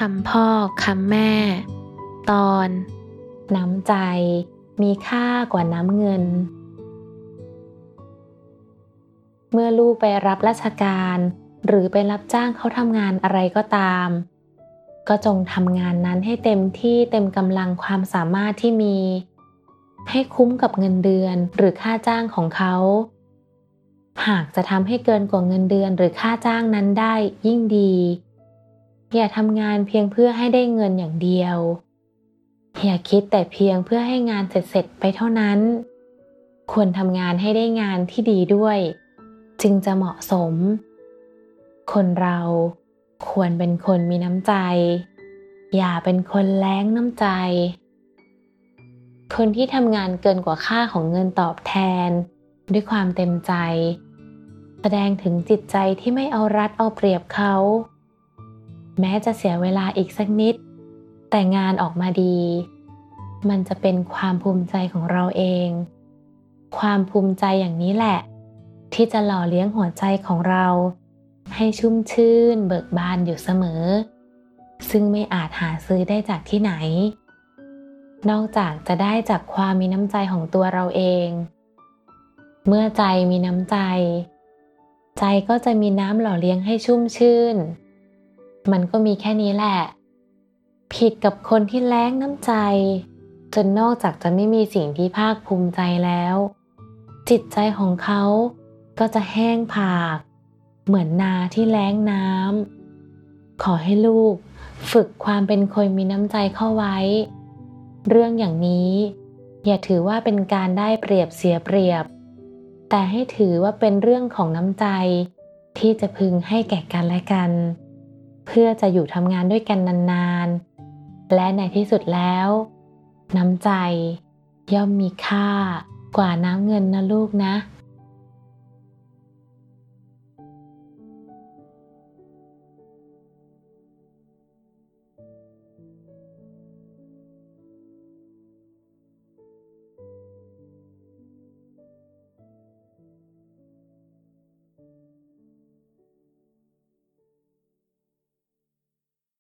ำพ่อคำแม่ตอนน้ำใจมีค่ากว่าน้ำเงินเมื่อลูกไปรับราชการหรือไปรับจ้างเขาทำงานอะไรก็ตามก็จงทำงานนั้นให้เต็มที่เต็มกำลังความสามารถที่มีให้คุ้มกับเงินเดือนหรือค่าจ้างของเขาหากจะทำให้เกินกว่าเงินเดือนหรือค่าจ้างนั้นได้ยิ่งดีอย่าทำงานเพียงเพื่อให้ได้เงินอย่างเดียวอย่าคิดแต่เพียงเพื่อให้งานเสร็จไปเท่านั้นควรทำงานให้ได้งานที่ดีด้วยจึงจะเหมาะสมคนเราควรเป็นคนมีน้ำใจอย่าเป็นคนแล้งน้ำใจคนที่ทำงานเกินกว่าค่าของเงินตอบแทนด้วยความเต็มใจแสดงถึงจิตใจที่ไม่เอารัดเอาเปรียบเขาแม้จะเสียเวลาอีกสักนิดแต่งานออกมาดีมันจะเป็นความภูมิใจของเราเองความภูมิใจอย่างนี้แหละที่จะหล่อเลี้ยงหัวใจของเราให้ชุ่มชื่นเบิกบานอยู่เสมอซึ่งไม่อาจหาซื้อได้จากที่ไหนนอกจากจะได้จากความมีน้ำใจของตัวเราเองเมื่อใจมีน้ำใจใจก็จะมีน้ำหล่อเลี้ยงให้ชุ่มชื่นมันก็มีแค่นี้แหละผิดกับคนที่แล้งน้ำใจจนนอกจากจะไม่มีสิ่งที่ภาคภูมิใจแล้วจิตใจของเขาก็จะแห้งผากเหมือนนาที่แล้งน้ำขอให้ลูกฝึกความเป็นคนมีน้ำใจเข้าไว้เรื่องอย่างนี้อย่าถือว่าเป็นการได้เปรียบเสียเปรียบแต่ให้ถือว่าเป็นเรื่องของน้ำใจที่จะพึงให้แก่กันและกันเพื่อจะอยู่ทำงานด้วยกันนานๆและในที่สุดแล้วน้ำใจย่อมมีค่ากว่าน้ำเงินนะลูกนะ